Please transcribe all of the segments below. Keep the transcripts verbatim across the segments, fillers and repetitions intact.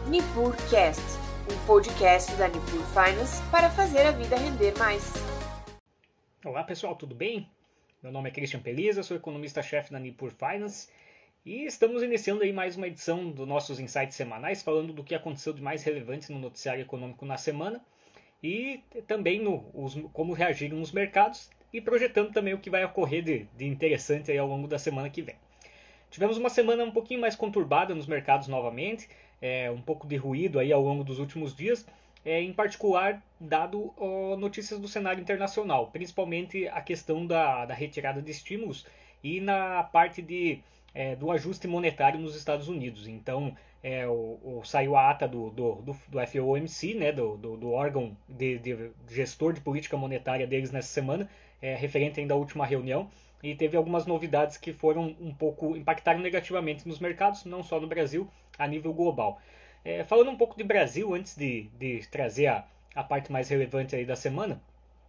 NipurCast, um podcast da Nipur Finance para fazer a vida render mais. Olá pessoal, tudo bem? Meu nome é Christian Peliza, sou economista-chefe da Nipur Finance e estamos iniciando aí mais uma edição dos nossos insights semanais, falando do que aconteceu de mais relevante no noticiário econômico na semana e também no, os, como reagiram os mercados e projetando também o que vai ocorrer de, de interessante aí ao longo da semana que vem. Tivemos uma semana um pouquinho mais conturbada nos mercados novamente, é, um pouco de ruído aí ao longo dos últimos dias, é, em particular dado ó, notícias do cenário internacional, principalmente a questão da, da retirada de estímulos e na parte de, é, do ajuste monetário nos Estados Unidos. Então, é, o, o, saiu a ata do, do, do, do F O M C, né, do, do, do órgão de, de gestor de política monetária deles nessa semana, é, referente ainda à última reunião, e teve algumas novidades que foram um pouco impactaram negativamente nos mercados, não só no Brasil, a nível global. É, falando um pouco de Brasil, antes de, de trazer a, a parte mais relevante aí da semana,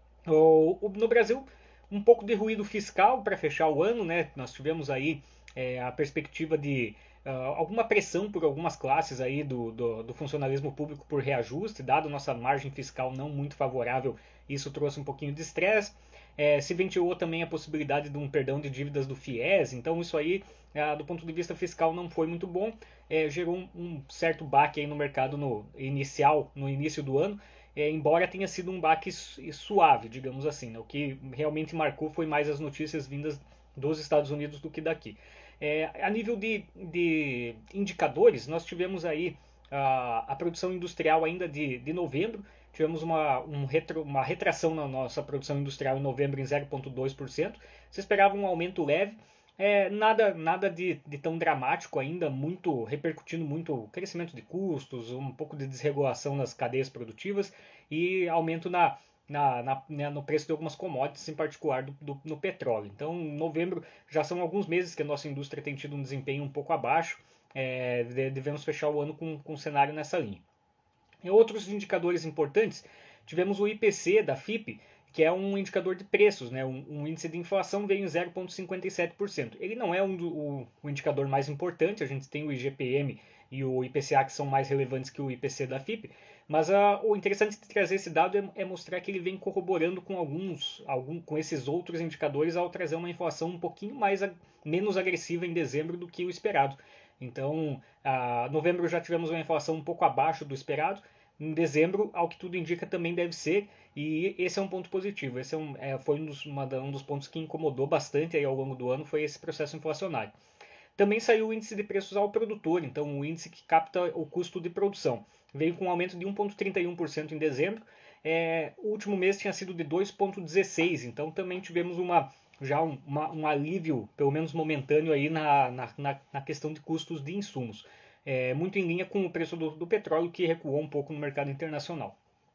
o, o, no Brasil, um pouco de ruído fiscal para fechar o ano, né? Nós tivemos aí é, a perspectiva de uh, alguma pressão por algumas classes aí do, do, do funcionalismo público por reajuste, dado nossa margem fiscal não muito favorável, isso trouxe um pouquinho de estresse. É, se ventilou também a possibilidade de um perdão de dívidas do FIES, então isso aí, é, do ponto de vista fiscal, não foi muito bom, é, gerou um, um certo baque aí no mercado no inicial, no início do ano, é, embora tenha sido um baque suave, digamos assim, né? O que realmente marcou foi mais as notícias vindas dos Estados Unidos do que daqui. É, a nível de, de indicadores, nós tivemos aí a, a produção industrial ainda de, de novembro. Tivemos uma, um retro, uma retração na nossa produção industrial em novembro em zero vírgula dois por cento. Se esperava um aumento leve, é, nada, nada de, de tão dramático ainda, muito repercutindo muito o crescimento de custos, um pouco de desregulação nas cadeias produtivas e aumento na, na, na, né, no preço de algumas commodities, em particular do, do, no petróleo. Então, em novembro já são alguns meses que a nossa indústria tem tido um desempenho um pouco abaixo, é, devemos fechar o ano com, com um cenário nessa linha. Em outros indicadores importantes, tivemos o I P C da F I P, que é um indicador de preços, né? um, um índice de inflação veio em zero vírgula cinquenta e sete por cento. Ele não é um do, o, o indicador mais importante, a gente tem o I G P M e o I P C A que são mais relevantes que o I P C da F I P, mas uh, o interessante de trazer esse dado é, é mostrar que ele vem corroborando com alguns, algum, com esses outros indicadores ao trazer uma inflação um pouquinho mais menos agressiva em dezembro do que o esperado. Então, uh, novembro já tivemos uma inflação um pouco abaixo do esperado. Em dezembro, ao que tudo indica, também deve ser. E esse é um ponto positivo. Esse é um, é, foi um dos, uma, um dos pontos que incomodou bastante aí ao longo do ano, foi esse processo inflacionário. Também saiu o índice de preços ao produtor, então o índice que capta o custo de produção. Veio com um aumento de um vírgula trinta e um por cento em dezembro. É, o último mês tinha sido de dois vírgula dezesseis por cento, então também tivemos uma já um, uma, um alívio, pelo menos momentâneo, aí na, na, na questão de custos de insumos. É, muito em linha com o preço do, do petróleo, que recuou um pouco no mercado internacional.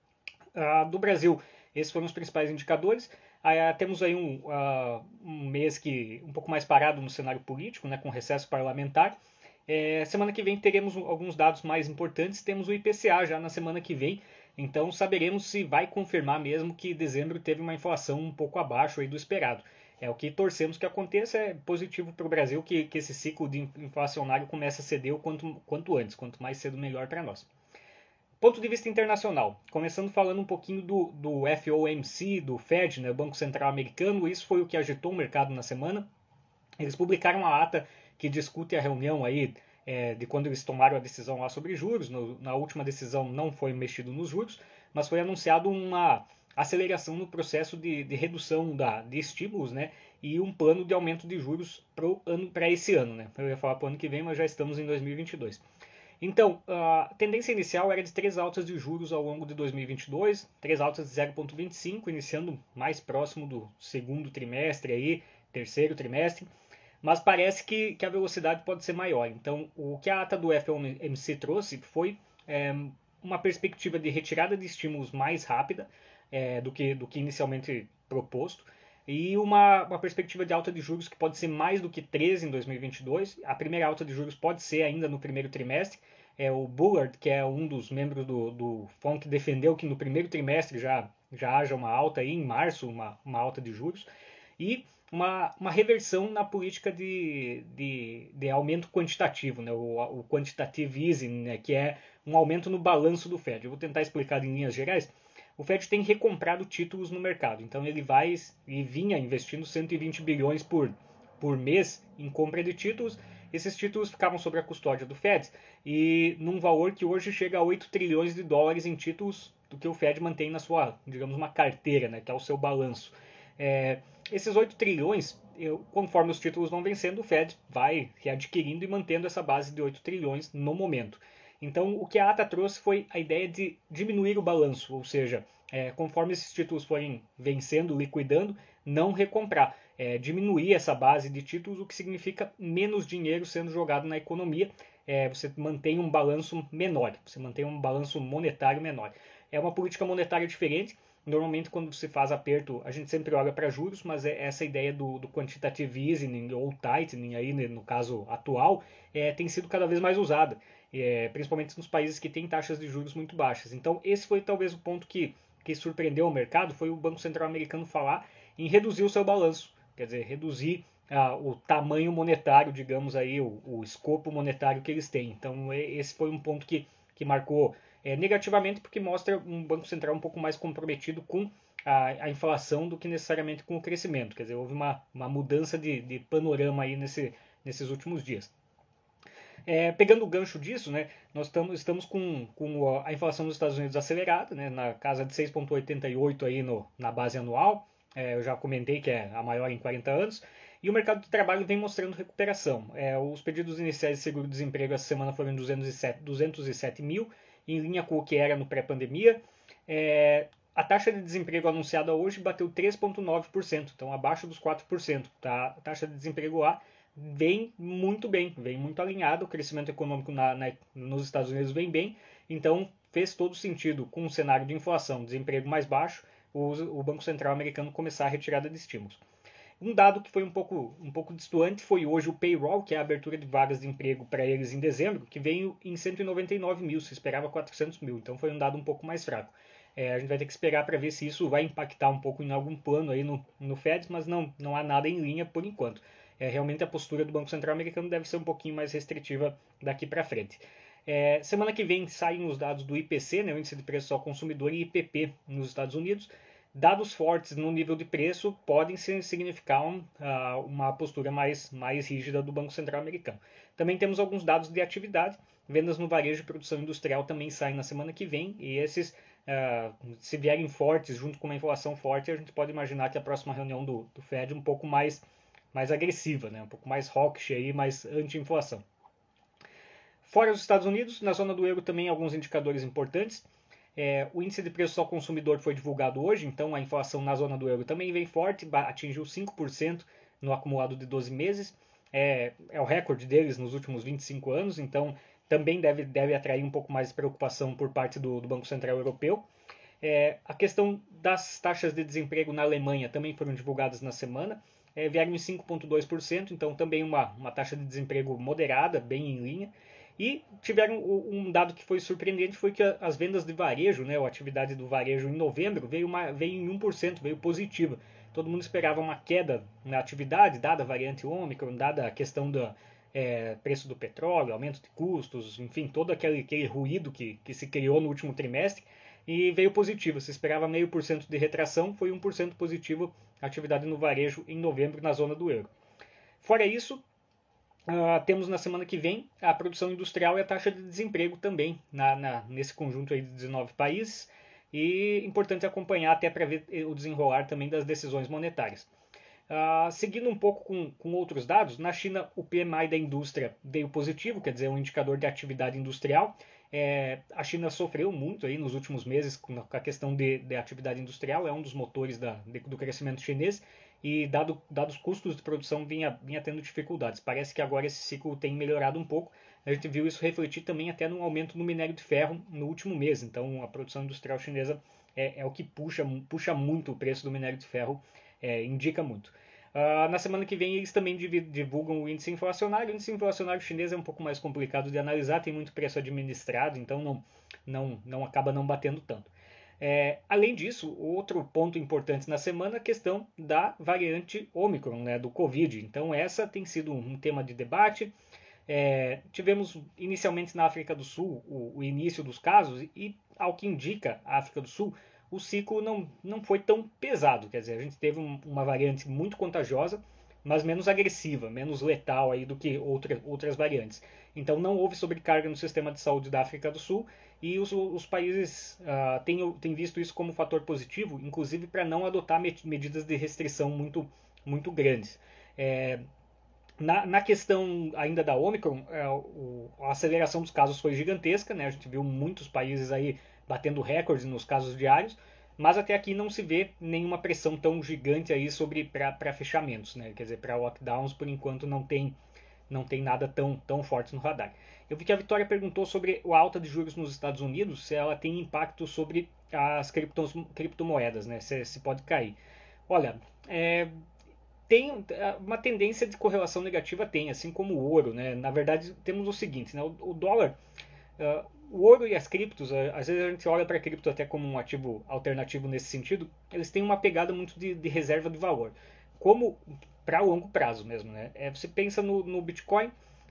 Ah, do Brasil, esses foram os principais indicadores. Ah, temos aí um, ah, um mês que um pouco mais parado no cenário político, né, com recesso parlamentar. É, semana que vem teremos alguns dados mais importantes. Temos o I P C A já na semana que vem, então saberemos se vai confirmar mesmo que dezembro teve uma inflação um pouco abaixo aí do esperado. É o que torcemos que aconteça, é positivo para o Brasil que, que esse ciclo de inflacionário comece a ceder o quanto, quanto antes, quanto mais cedo melhor para nós. Ponto de vista internacional, começando falando um pouquinho do, do F O M C, do Fed, né, Banco Central Americano, isso foi o que agitou o mercado na semana. Eles publicaram a ata que discute a reunião aí é, de quando eles tomaram a decisão lá sobre juros. No, na última decisão não foi mexido nos juros, mas foi anunciado uma aceleração no processo de, de redução da, de estímulos, né, e um plano de aumento de juros para esse ano. Né. Eu ia falar para o ano que vem, mas já estamos em dois mil e vinte e dois. Então, a tendência inicial era de três altas de juros ao longo de dois mil e vinte e dois, três altas de zero vírgula vinte e cinco, iniciando mais próximo do segundo trimestre, aí, terceiro trimestre, mas parece que, que a velocidade pode ser maior. Então, o que a ata do F O M C trouxe foi é, uma perspectiva de retirada de estímulos mais rápida é, do, que, do que inicialmente proposto, e uma, uma perspectiva de alta de juros que pode ser mais do que treze em dois mil e vinte e dois. A primeira alta de juros pode ser ainda no primeiro trimestre. É, o Bullard, que é um dos membros do, do F O M C, defendeu que no primeiro trimestre já, já haja uma alta, aí, em março, uma, uma alta de juros. E uma, uma reversão na política de, de, de aumento quantitativo, né? o, o quantitative easing, né? Que é um aumento no balanço do Fed. Eu vou tentar explicar em linhas gerais. O Fed tem recomprado títulos no mercado, então ele vai e vinha investindo cento e vinte bilhões por, por mês em compra de títulos. Esses títulos ficavam sob a custódia do Fed e num valor que hoje chega a oito trilhões de dólares em títulos do que o Fed mantém na sua, digamos, uma carteira, né, que é o seu balanço. É, esses oito trilhões, eu, conforme os títulos vão vencendo, o Fed vai readquirindo e mantendo essa base de oito trilhões no momento. Então, o que a ata trouxe foi a ideia de diminuir o balanço, ou seja, é, conforme esses títulos forem vencendo, liquidando, não recomprar, é, diminuir essa base de títulos, o que significa menos dinheiro sendo jogado na economia, é, você mantém um balanço menor, você mantém um balanço monetário menor. É uma política monetária diferente. Normalmente, quando se faz aperto, a gente sempre olha para juros, mas é essa ideia do, do quantitative easing ou tightening, aí, no caso atual, é, tem sido cada vez mais usada, é, principalmente nos países que têm taxas de juros muito baixas. Então, esse foi talvez o ponto que, que surpreendeu o mercado, foi o Banco Central americano falar em reduzir o seu balanço, quer dizer, reduzir ah, o tamanho monetário, digamos aí, o, o escopo monetário que eles têm. Então, esse foi um ponto que, que marcou É, negativamente, porque mostra um Banco Central um pouco mais comprometido com a, a inflação do que necessariamente com o crescimento. Quer dizer, houve uma, uma mudança de, de panorama aí nesse, nesses últimos dias. É, pegando o gancho disso, né, nós tamo, estamos com, com a inflação nos Estados Unidos acelerada, né, na casa de seis vírgula oitenta e oito aí no, na base anual. É, eu já comentei que é a maior em quarenta anos. E o mercado de trabalho vem mostrando recuperação. É, os pedidos iniciais de seguro-desemprego essa semana foram duzentos e sete mil, em linha com o que era no pré-pandemia. É, a taxa de desemprego anunciada hoje bateu três vírgula nove por cento, então abaixo dos quatro por cento. Tá? A taxa de desemprego lá vem muito bem, vem muito alinhada, o crescimento econômico na, na, nos Estados Unidos vem bem, então fez todo sentido, com um cenário de inflação, desemprego mais baixo, o, o Banco Central americano começar a retirada de estímulos. Um dado que foi um pouco, um pouco distante foi hoje o payroll, que é a abertura de vagas de emprego para eles em dezembro, que veio em cento e noventa e nove mil, se esperava quatrocentos mil, então foi um dado um pouco mais fraco. É, a gente vai ter que esperar para ver se isso vai impactar um pouco em algum plano aí no, no Fed, mas não, não há nada em linha por enquanto. É, realmente a postura do Banco Central americano deve ser um pouquinho mais restritiva daqui para frente. É, semana que vem saem os dados do I P C, né, o Índice de Preço ao Consumidor, e I P P nos Estados Unidos. Dados fortes no nível de preço podem significar um, uh, uma postura mais, mais rígida do Banco Central americano. Também temos alguns dados de atividade. Vendas no varejo e produção industrial também saem na semana que vem. E esses, uh, se vierem fortes, junto com uma inflação forte, a gente pode imaginar que a próxima reunião do, do Fed é um pouco mais, mais agressiva, né? Um pouco mais hawkish, aí, mais anti-inflação. Fora os Estados Unidos, na zona do euro também alguns indicadores importantes. É, o índice de preços ao consumidor foi divulgado hoje, então a inflação na zona do euro também vem forte, atingiu cinco por cento no acumulado de doze meses. É, é o recorde deles nos últimos vinte e cinco anos, então também deve, deve atrair um pouco mais de preocupação por parte do, do Banco Central Europeu. É, a questão das taxas de desemprego na Alemanha também foram divulgadas na semana, é, vieram em cinco vírgula dois por cento, então também uma, uma taxa de desemprego moderada, bem em linha. E tiveram um dado que foi surpreendente, foi que as vendas de varejo, né, a atividade do varejo em novembro veio, uma, veio em um por cento, veio positiva. Todo mundo esperava uma queda na atividade, dada a variante Ômicron, dada a questão do é, preço do petróleo, aumento de custos, enfim, todo aquele, aquele ruído que, que se criou no último trimestre, e veio positivo. Se esperava meio por cento de retração, foi um por cento positivo a atividade no varejo em novembro na zona do euro. Fora isso, Uh, temos na semana que vem a produção industrial e a taxa de desemprego também na, na, nesse conjunto aí de dezenove países, e importante acompanhar até para ver o desenrolar também das decisões monetárias. Uh, seguindo um pouco com, com outros dados, na China o P M I da indústria veio positivo, quer dizer, um indicador de atividade industrial. É, a China sofreu muito aí nos últimos meses com a questão de, de atividade industrial, é um dos motores da, de, do crescimento chinês, e dado, dados os custos de produção vinha, vinha tendo dificuldades. Parece que agora esse ciclo tem melhorado um pouco. A gente viu isso refletir também até no aumento no minério de ferro no último mês. Então a produção industrial chinesa é, é o que puxa, puxa muito o preço do minério de ferro, é, indica muito. Uh, na semana que vem eles também divulgam o índice inflacionário. O índice inflacionário chinês é um pouco mais complicado de analisar, tem muito preço administrado, então não, não, não acaba não batendo tanto. É, além disso, outro ponto importante na semana é a questão da variante Omicron, né, do Covid. Então essa tem sido um tema de debate. É, tivemos inicialmente na África do Sul o, o início dos casos e, ao que indica a África do Sul, o ciclo não, não foi tão pesado. Quer dizer, a gente teve um, uma variante muito contagiosa, mas menos agressiva, menos letal aí do que outra, outras variantes. Então não houve sobrecarga no sistema de saúde da África do Sul e os, os países uh, têm, têm visto isso como fator positivo, inclusive para não adotar medidas de restrição muito, muito grandes. É, na, na questão ainda da Omicron, é, o, a aceleração dos casos foi gigantesca, né? A gente viu muitos países aí batendo recordes nos casos diários, mas até aqui não se vê nenhuma pressão tão gigante aí sobre para fechamentos, né? Quer dizer, para lockdowns, por enquanto não tem, não tem nada tão, tão forte no radar. Eu vi que a Vitória perguntou sobre a alta de juros nos Estados Unidos, se ela tem impacto sobre as criptos, criptomoedas, né? Se, se pode cair. Olha, é, tem uma tendência de correlação negativa, tem, assim como o ouro, né? Na verdade, temos o seguinte, né? O, o dólar, uh, o ouro e as criptos, às vezes a gente olha para a cripto até como um ativo alternativo nesse sentido, eles têm uma pegada muito de, de reserva de valor, como para longo prazo mesmo, né? É, você pensa no, no Bitcoin,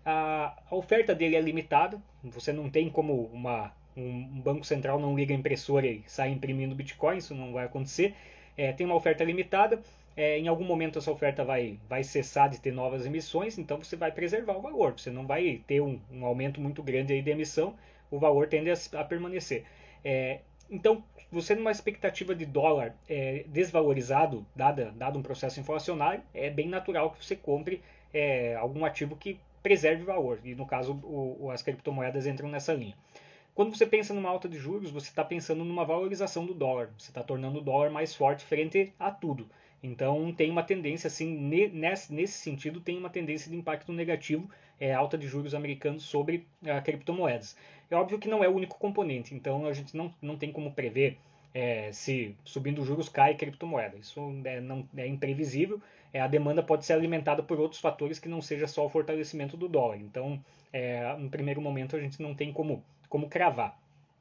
a, a oferta dele é limitada, você não tem como uma, um, um banco central não liga a impressora e sai imprimindo Bitcoin, isso não vai acontecer. É, tem uma oferta limitada, é, em algum momento essa oferta vai, vai cessar de ter novas emissões, então você vai preservar o valor, você não vai ter um, um aumento muito grande aí de emissão, o valor tende a, a permanecer. É, então, você numa expectativa de dólar é, desvalorizado, dada, dado um processo inflacionário, é bem natural que você compre é, algum ativo que preserve valor, e no caso o, as criptomoedas entram nessa linha. Quando você pensa numa alta de juros, você está pensando numa valorização do dólar, você está tornando o dólar mais forte frente a tudo. Então tem uma tendência, assim, nesse, nesse sentido, tem uma tendência de impacto negativo, é, alta de juros americanos sobre uh, criptomoedas. É óbvio que não é o único componente, então a gente não, não tem como prever é, se subindo os juros cai criptomoeda. Isso é, não, é imprevisível, é, a demanda pode ser alimentada por outros fatores que não seja só o fortalecimento do dólar. Então, é, no primeiro momento, a gente não tem como, como cravar.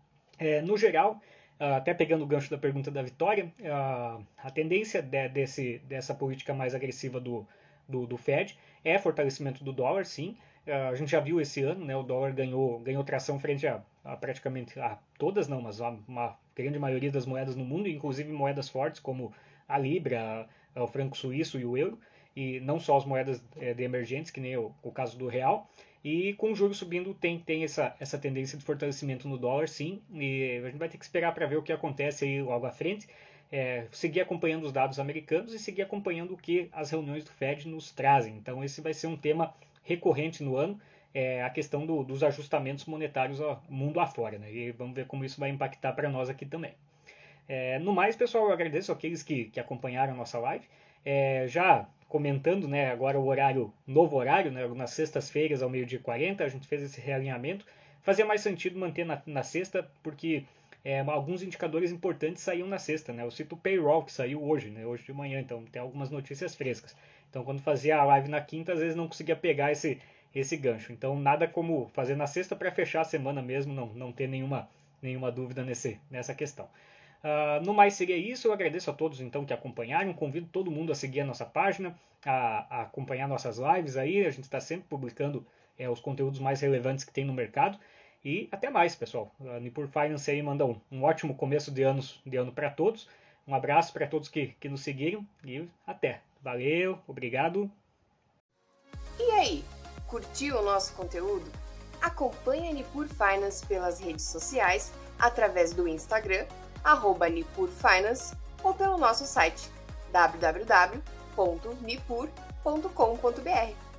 É, no geral, até pegando o gancho da pergunta da Vitória, a tendência de, desse, dessa política mais agressiva do, do, do Fed é fortalecimento do dólar, sim. A gente já viu esse ano, né, o dólar ganhou, ganhou tração frente a, a praticamente a todas, não, mas a uma grande maioria das moedas no mundo, inclusive moedas fortes como a Libra, o franco suíço e o euro, e não só as moedas de emergentes, que nem o, o caso do real. E com o juro subindo tem, tem essa, essa tendência de fortalecimento no dólar, sim. E a gente vai ter que esperar para ver o que acontece aí logo à frente. É, seguir acompanhando os dados americanos e seguir acompanhando o que as reuniões do Fed nos trazem. Então esse vai ser um tema recorrente no ano, é, a questão do, dos ajustamentos monetários ao mundo afora. Né? E vamos ver como isso vai impactar para nós aqui também. É, no mais, pessoal, eu agradeço aqueles que, que acompanharam a nossa live. É, já comentando, né, agora o horário, novo horário, né, nas sextas-feiras ao meio-dia e quarenta, a gente fez esse realinhamento. Fazia mais sentido manter na, na sexta, porque é, alguns indicadores importantes saíam na sexta, né? Eu cito o payroll, que saiu hoje, né, hoje de manhã, então tem algumas notícias frescas. Então, quando fazia a live na quinta, às vezes não conseguia pegar esse, esse gancho. Então, nada como fazer na sexta para fechar a semana mesmo, não, não ter nenhuma, nenhuma dúvida nesse, nessa questão. Uh, no mais seria isso, eu agradeço a todos então que acompanharam, convido todo mundo a seguir a nossa página, a, a acompanhar nossas lives aí, a gente está sempre publicando é, os conteúdos mais relevantes que tem no mercado, e até mais, pessoal. A Nipur Finance aí manda um, um ótimo começo de, anos, de ano para todos, um abraço para todos que, que nos seguiram e até. Valeu, obrigado. E aí, curtiu o nosso conteúdo? Acompanhe a Nipur Finance pelas redes sociais, através do Instagram, arroba Nipur Finance, ou pelo nosso site w w w ponto nipur ponto com ponto b r.